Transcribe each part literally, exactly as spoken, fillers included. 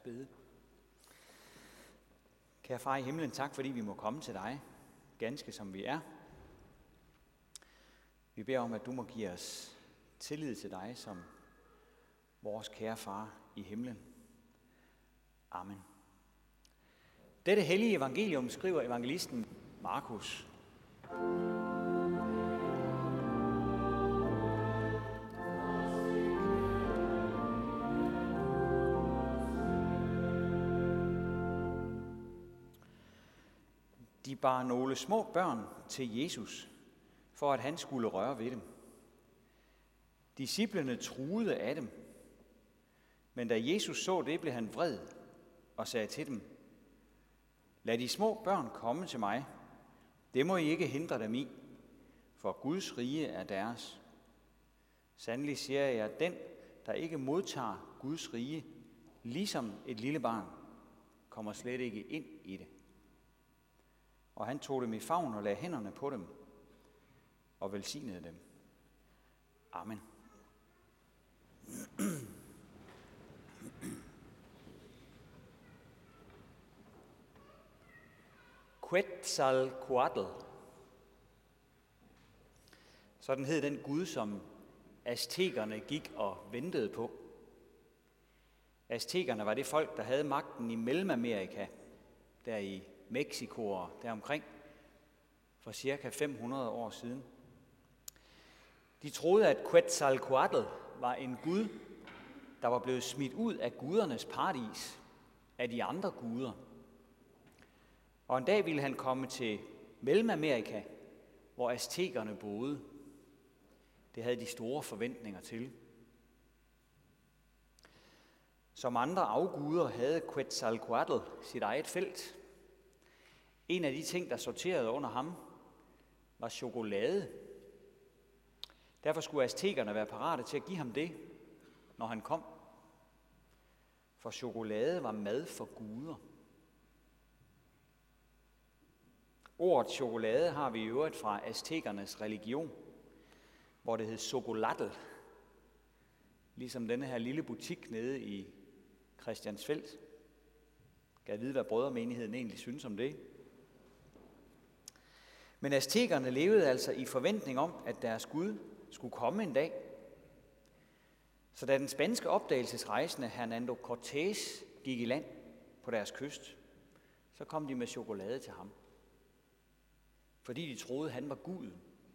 bede. Kære far i himlen, tak fordi vi må komme til dig, ganske som vi er. Vi beder om, at du må give os tillid til dig som vores kære far i himlen. Amen. Dette hellige evangelium skriver evangelisten Markus. De bar nogle små børn til Jesus, for at han skulle røre ved dem. Disciplene truede af dem, men da Jesus så det, blev han vred og sagde til dem: Lad de små børn komme til mig. Det må I ikke hindre dem i, for Guds rige er deres. Sandelig siger jeg, at den, der ikke modtager Guds rige, ligesom et lille barn, kommer slet ikke ind i det. Og han tog dem i favn og lagde hænderne på dem og velsignede dem. Amen. Quetzalcoatl. Sådan hed den gud, som aztekerne gik og ventede på. Aztekerne var det folk, der havde magten i Mellemamerika, der i Mexico og deromkring, for cirka fem hundrede år siden. De troede, at Quetzalcoatl var en gud, der var blevet smidt ud af gudernes paradis af de andre guder. Og en dag ville han komme til Mellemamerika, hvor aztekerne boede. Det havde de store forventninger til. Som andre afguder havde Quetzalcoatl sit eget felt. En af de ting, der sorterede under ham, var chokolade. Derfor skulle aztekerne være parate til at give ham det, når han kom. For chokolade var mad for guder. Ordet chokolade har vi i øvrigt fra aztekernes religion, hvor det hed Xocolatl. Ligesom denne her lille butik nede i Christiansfeld. Kan jeg vide, hvad brødremenigheden egentlig synes om det? Men aztekerne levede altså i forventning om, at deres Gud skulle komme en dag. Så da den spanske opdagelsesrejsende Hernando Cortés gik i land på deres kyst, så kom de med chokolade til ham. Fordi de troede, han var Gud.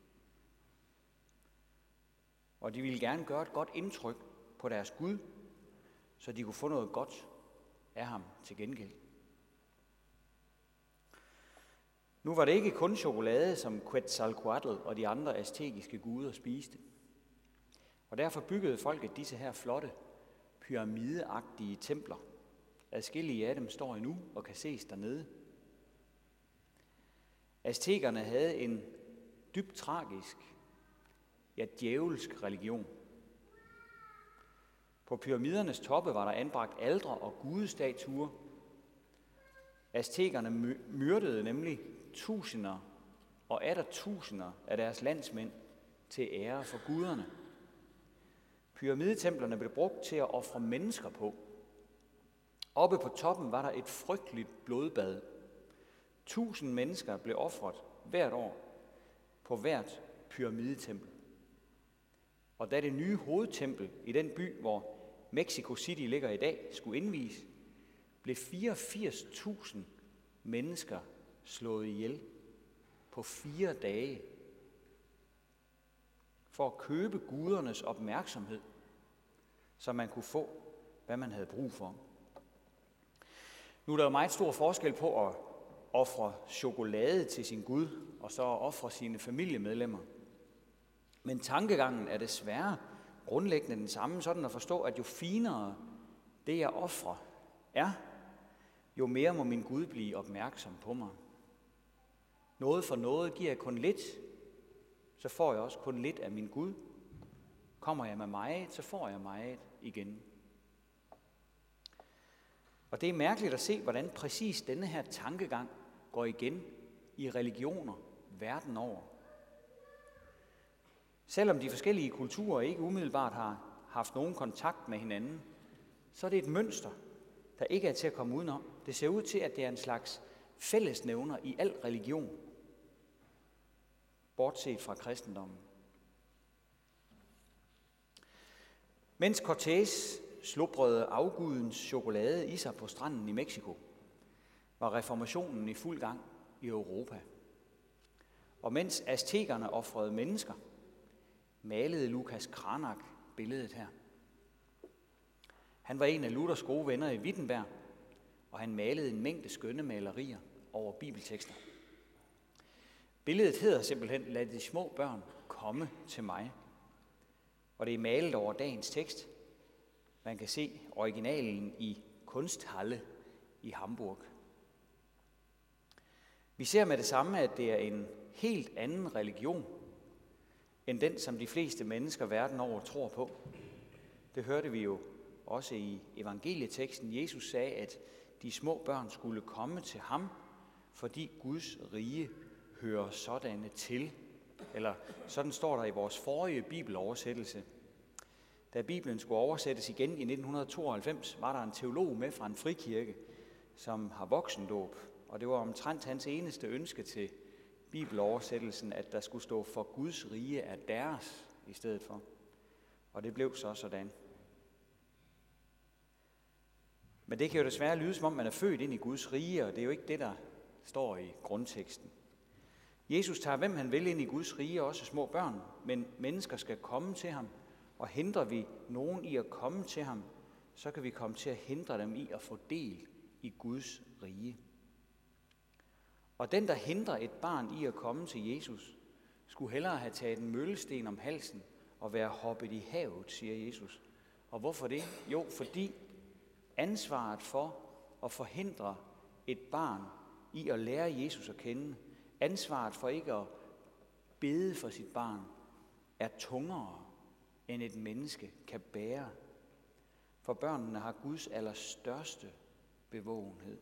Og de ville gerne gøre et godt indtryk på deres Gud, så de kunne få noget godt af ham til gengæld. Nu var det ikke kun chokolade, som Quetzalcoatl og de andre aztekiske guder spiste. Og derfor byggede folket disse her flotte, pyramideagtige templer. Adskillige af dem står endnu og kan ses dernede. Aztekerne havde en dybt tragisk, ja djævelsk religion. På pyramidernes toppe var der anbragt aldre og gudestatuer. Aztekerne myrdede nemlig tusinder og atter tusinder af deres landsmænd til ære for guderne. Pyramidetemplerne blev brugt til at ofre mennesker på. Oppe på toppen var der et frygteligt blodbad. Tusind mennesker blev ofret hvert år på hvert pyramidetempel. Og da det nye hovedtempel i den by, hvor Mexico City ligger i dag, skulle indvies, blev fireogfirs tusind mennesker slået ihjel på fire dage for at købe gudernes opmærksomhed, så man kunne få, hvad man havde brug for. Nu er der jo meget stor forskel på at ofre chokolade til sin Gud, og så at ofre sine familiemedlemmer. Men tankegangen er desværre grundlæggende den samme, sådan at forstå, at jo finere det, jeg ofrer, er, jo mere må min Gud blive opmærksom på mig. Noget for noget giver jeg kun lidt, så får jeg også kun lidt af min Gud. Kommer jeg med meget, så får jeg meget igen. Og det er mærkeligt at se, hvordan præcis denne her tankegang går igen i religioner verden over. Selvom de forskellige kulturer ikke umiddelbart har haft nogen kontakt med hinanden, så er det et mønster, der ikke er til at komme udenom. Det ser ud til, at det er en slags fællesnævner i al religion, bortset fra kristendommen. Mens Cortés slubrede afgudens chokolade i sig på stranden i Mexico, var reformationen i fuld gang i Europa. Og mens aztekerne ofrede mennesker, malede Lucas Cranach billedet her. Han var en af Luthers gode venner i Wittenberg, og han malede en mængde skønne malerier over bibeltekster. Billedet hedder simpelthen, lad de små børn komme til mig. Og det er malet over dagens tekst. Man kan se originalen i Kunsthalle i Hamburg. Vi ser med det samme, at det er en helt anden religion, end den, som de fleste mennesker verden over tror på. Det hørte vi jo også i evangelieteksten. Jesus sagde, at de små børn skulle komme til ham, fordi Guds rige hører sådanne til. Eller sådan står der i vores forrige bibeloversættelse. Da Bibelen skulle oversættes igen i nitten tooghalvfems, var der en teolog med fra en frikirke, som har voksendåb. Og det var omtrent hans eneste ønske til bibeloversættelsen, at der skulle stå for Guds rige er deres i stedet for. Og det blev så sådan. Men det kan jo desværre lyde, som om man er født ind i Guds rige, og det er jo ikke det, der står i grundteksten. Jesus tager hvem han vil ind i Guds rige, også små børn, men mennesker skal komme til ham, og hindrer vi nogen i at komme til ham, så kan vi komme til at hindre dem i at få del i Guds rige. Og den, der hindrer et barn i at komme til Jesus, skulle hellere have taget en møllesten om halsen og være hoppet i havet, siger Jesus. Og hvorfor det? Jo, fordi ansvaret for at forhindre et barn i at lære Jesus at kende, ansvaret for ikke at bede for sit barn, er tungere, end et menneske kan bære. For børnene har Guds allerstørste bevågenhed.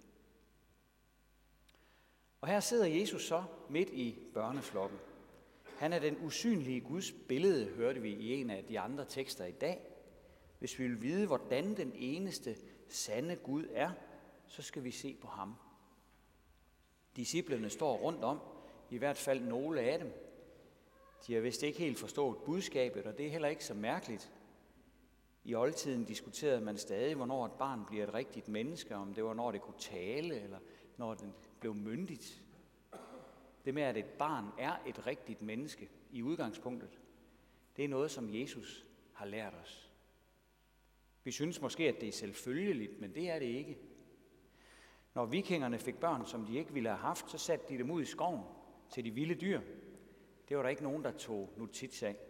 Og her sidder Jesus så midt i børneflokken. Han er den usynlige Guds billede, hørte vi i en af de andre tekster i dag. Hvis vi vil vide, hvordan den eneste sande Gud er, så skal vi se på ham. Disciplene står rundt om, i hvert fald nogle af dem. De har vist ikke helt forstået budskabet, og det er heller ikke så mærkeligt. I oldtiden diskuterede man stadig, hvornår et barn bliver et rigtigt menneske, om det var, når det kunne tale, eller når det blev myndigt. Det med, at et barn er et rigtigt menneske i udgangspunktet, det er noget, som Jesus har lært os. Vi synes måske, at det er selvfølgeligt, men det er det ikke. Når vikingerne fik børn, som de ikke ville have haft, så satte de dem ud i skoven til de vilde dyr. Det var der ikke nogen, der tog notits af.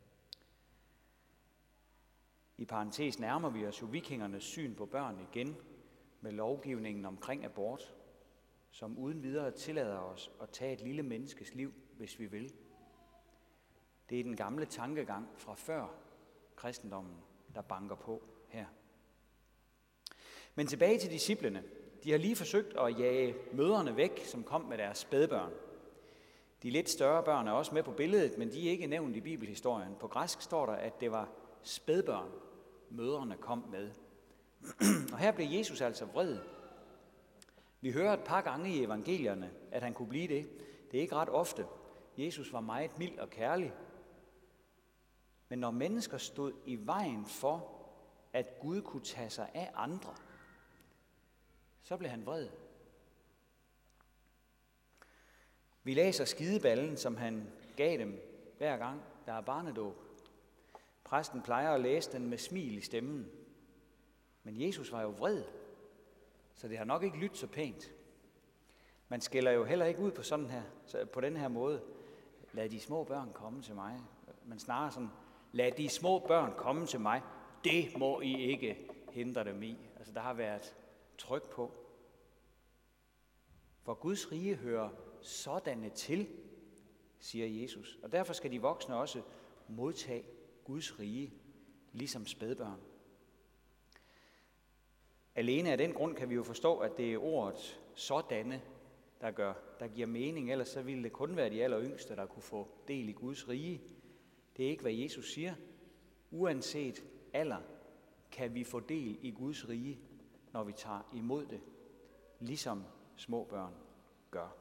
I parentes nærmer vi os jo vikingernes syn på børn igen med lovgivningen omkring abort, som uden videre tillader os at tage et lille menneskes liv, hvis vi vil. Det er den gamle tankegang fra før kristendommen, der banker på her. Men tilbage til disciplene. De har lige forsøgt at jage mødrene væk, som kom med deres spædbørn. De lidt større børn er også med på billedet, men de er ikke nævnt i bibelhistorien. På græsk står der, at det var spædbørn, mødrene kom med. Og her blev Jesus altså vred. Vi hører et par gange i evangelierne, at han kunne blive det. Det er ikke ret ofte. Jesus var meget mild og kærlig. Men når mennesker stod i vejen for, at Gud kunne tage sig af andre, så blev han vred. Vi læser skideballen, som han gav dem hver gang, der er barnedåb. Præsten plejer at læse den med smil i stemmen. Men Jesus var jo vred, så det har nok ikke lyttet så pænt. Man skælder jo heller ikke ud på, sådan her, på den her måde. Lad de små børn komme til mig. Men snarere sådan, lad de små børn komme til mig. Det må I ikke hindre dem i. Altså der har været tryk på. For Guds rige hører sådanne til, siger Jesus. Og derfor skal de voksne også modtage Guds rige, ligesom spædbørn. Alene af den grund kan vi jo forstå, at det er ordet sådanne, der, gør, der giver mening. Ellers så ville det kun være de aller yngste, der kunne få del i Guds rige. Det er ikke, hvad Jesus siger. Uanset alder kan vi få del i Guds rige, når vi tager imod det, ligesom små børn gør.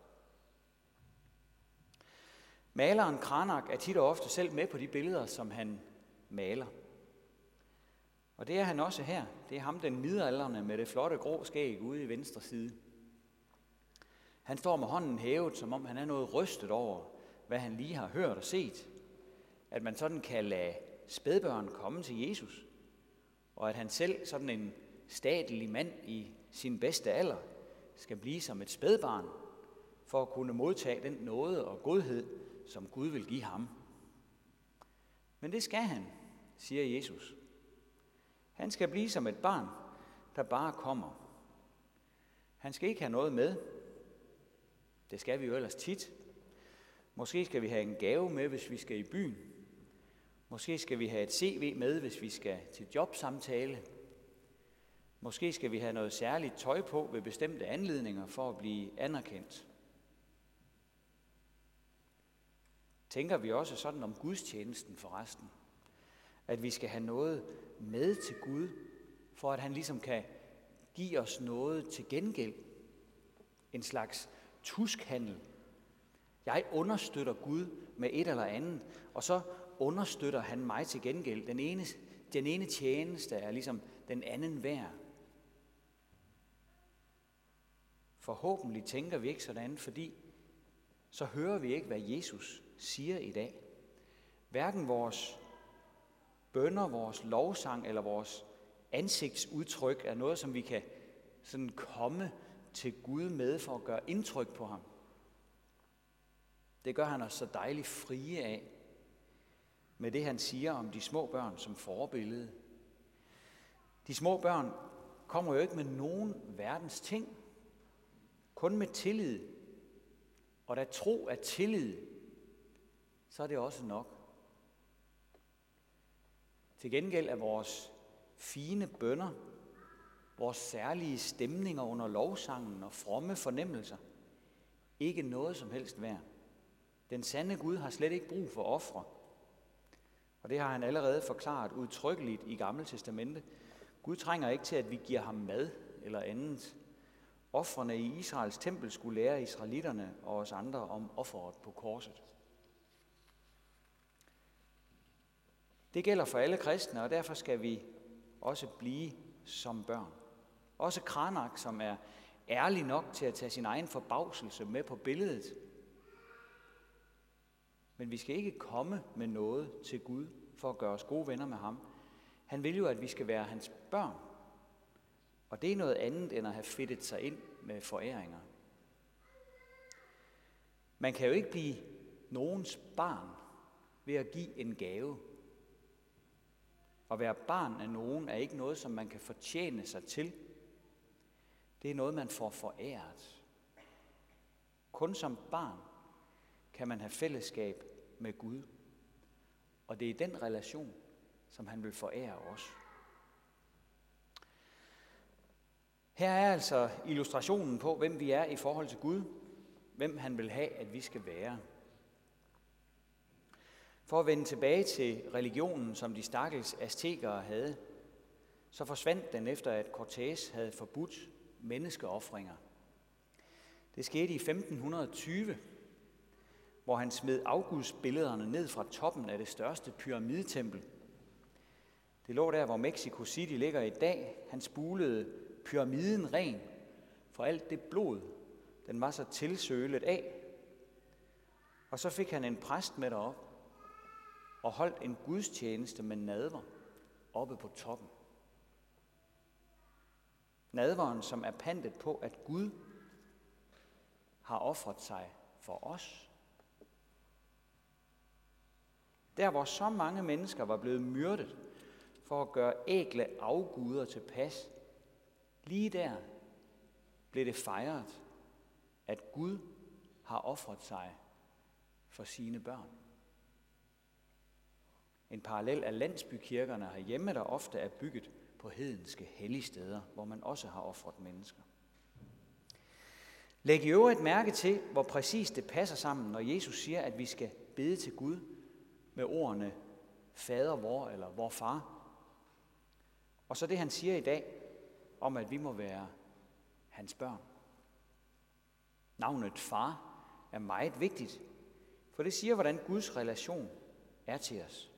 Maleren Cranach er tit og ofte selv med på de billeder, som han maler. Og det er han også her. Det er ham, den midaldrende med det flotte grå skæg ude i venstre side. Han står med hånden hævet, som om han er noget rystet over, hvad han lige har hørt og set. At man sådan kan lade spædbørn komme til Jesus, og at han selv, sådan en stadelig mand i sin bedste alder, skal blive som et spædbarn, for at kunne modtage den nåde og godhed, som Gud vil give ham. Men det skal han, siger Jesus. Han skal blive som et barn, der bare kommer. Han skal ikke have noget med. Det skal vi jo ellers tit. Måske skal vi have en gave med, hvis vi skal i byen. Måske skal vi have et C V med, hvis vi skal til jobsamtale. Måske skal vi have noget særligt tøj på ved bestemte anledninger for at blive anerkendt. Tænker vi også sådan om gudstjenesten forresten? At vi skal have noget med til Gud, for at han ligesom kan give os noget til gengæld. En slags tuskhandel. Jeg understøtter Gud med et eller andet, og så understøtter han mig til gengæld. Den ene, den ene tjeneste er ligesom den anden værd. Forhåbentlig tænker vi ikke sådan, fordi så hører vi ikke, hvad Jesus siger i dag. Hverken vores bønner, vores lovsang eller vores ansigtsudtryk er noget, som vi kan sådan komme til Gud med for at gøre indtryk på ham. Det gør han os så dejligt frie af, med det han siger om de små børn som forbillede. De små børn kommer jo ikke med nogen verdens ting, kun med tillid. Og da tro er tillid, så er det også nok. Til gengæld er vores fine bønner, vores særlige stemninger under lovsangen og fromme fornemmelser ikke noget som helst værd. Den sande Gud har slet ikke brug for ofre. Og det har han allerede forklaret udtrykkeligt i Gamle Testamente. Gud trænger ikke til, at vi giver ham mad eller andet. Ofrene i Israels tempel skulle lære israelitterne og os andre om offeret på korset. Det gælder for alle kristne, og derfor skal vi også blive som børn. Også Cranach, som er ærlig nok til at tage sin egen forbavselse med på billedet. Men vi skal ikke komme med noget til Gud for at gøre os gode venner med ham. Han vil jo, at vi skal være hans børn. Og det er noget andet end at have fedtet sig ind med foræringer. Man kan jo ikke blive nogens barn ved at give en gave. At være barn af nogen er ikke noget, som man kan fortjene sig til. Det er noget, man får foræret. Kun som barn kan man have fællesskab med Gud. Og det er den relation, som han vil forære os. Her er altså illustrationen på, hvem vi er i forhold til Gud. Hvem han vil have, at vi skal være. For at vende tilbage til religionen, som de stakkels aztekere havde, så forsvandt den efter, at Cortés havde forbudt menneskeofringer. Det skete i femten tyve, hvor han smed afgudsbillederne ned fra toppen af det største pyramidetempel. Det lå der, hvor Mexico City ligger i dag. Han spulede pyramiden ren for alt det blod, den var så tilsølet af. Og så fik han en præst med derop og holdt en gudstjeneste med nadver oppe på toppen. Nadveren, som er pantet på, at Gud har ofret sig for os. Der, hvor så mange mennesker var blevet myrdet for at gøre ægle afguder til pas, lige der blev det fejret, at Gud har ofret sig for sine børn. En parallel af landsbykirkerne herhjemme, der ofte er bygget på hedenske helligsteder, hvor man også har ofret mennesker. Læg i øvrigt mærke til, hvor præcist det passer sammen, når Jesus siger, at vi skal bede til Gud med ordene Fader vor eller vor far. Og så det, han siger i dag, om, at vi må være hans børn. Navnet far er meget vigtigt, for det siger, hvordan Guds relation er til os.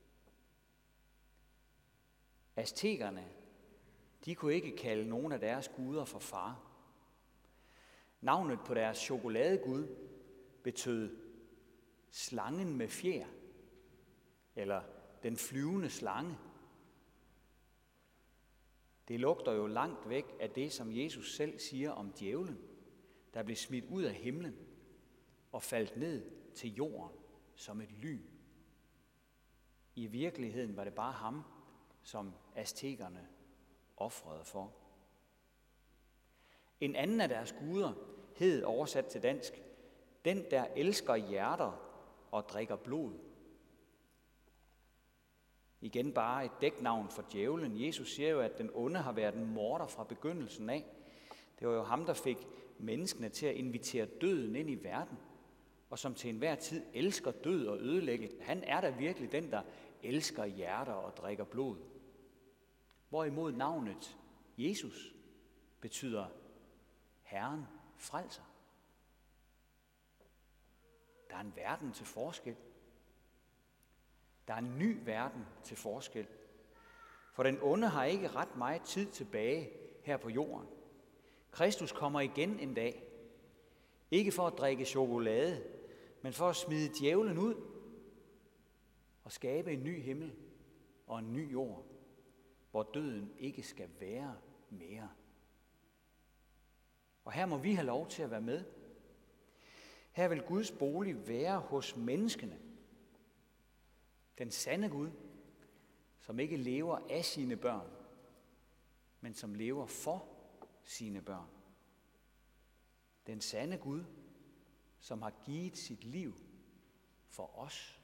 Aztekerne, de kunne ikke kalde nogen af deres guder for far. Navnet på deres chokoladegud betød slangen med fjer, eller den flyvende slange. Det lugter jo langt væk af det, som Jesus selv siger om djævlen, der blev smidt ud af himlen og faldt ned til jorden som et lyn. I virkeligheden var det bare ham, som aztekerne ofrede for. En anden af deres guder hed oversat til dansk, den der elsker hjerter og drikker blod. Igen bare et dæknavn for djævlen. Jesus siger jo, at den onde har været en morder fra begyndelsen af. Det var jo ham, der fik menneskene til at invitere døden ind i verden, og som til enhver tid elsker død og ødelæggelse. Han er da virkelig den, der elsker hjerter og drikker blod. Hvorimod navnet Jesus betyder Herren frelser. Der er en verden til forskel. Der er en ny verden til forskel. For den onde har ikke ret meget tid tilbage her på jorden. Kristus kommer igen en dag. Ikke for at drikke chokolade, men for at smide djævlen ud og skabe en ny himmel og en ny jord, hvor døden ikke skal være mere. Og her må vi have lov til at være med. Her vil Guds bolig være hos menneskene. Den sande Gud, som ikke lever af sine børn, men som lever for sine børn. Den sande Gud, som har givet sit liv for os.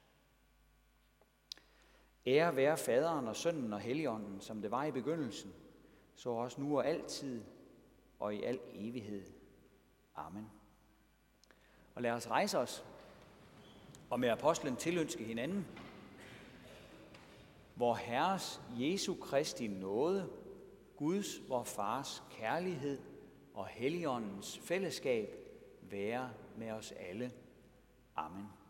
Ære være Faderen og Sønnen og Helligånden, som det var i begyndelsen, så også nu og altid og i al evighed. Amen. Og lad os rejse os og med apostlen tilønske hinanden, vor Herres Jesu Kristi nåde, Guds, vor Fars kærlighed og Helligåndens fællesskab være med os alle. Amen.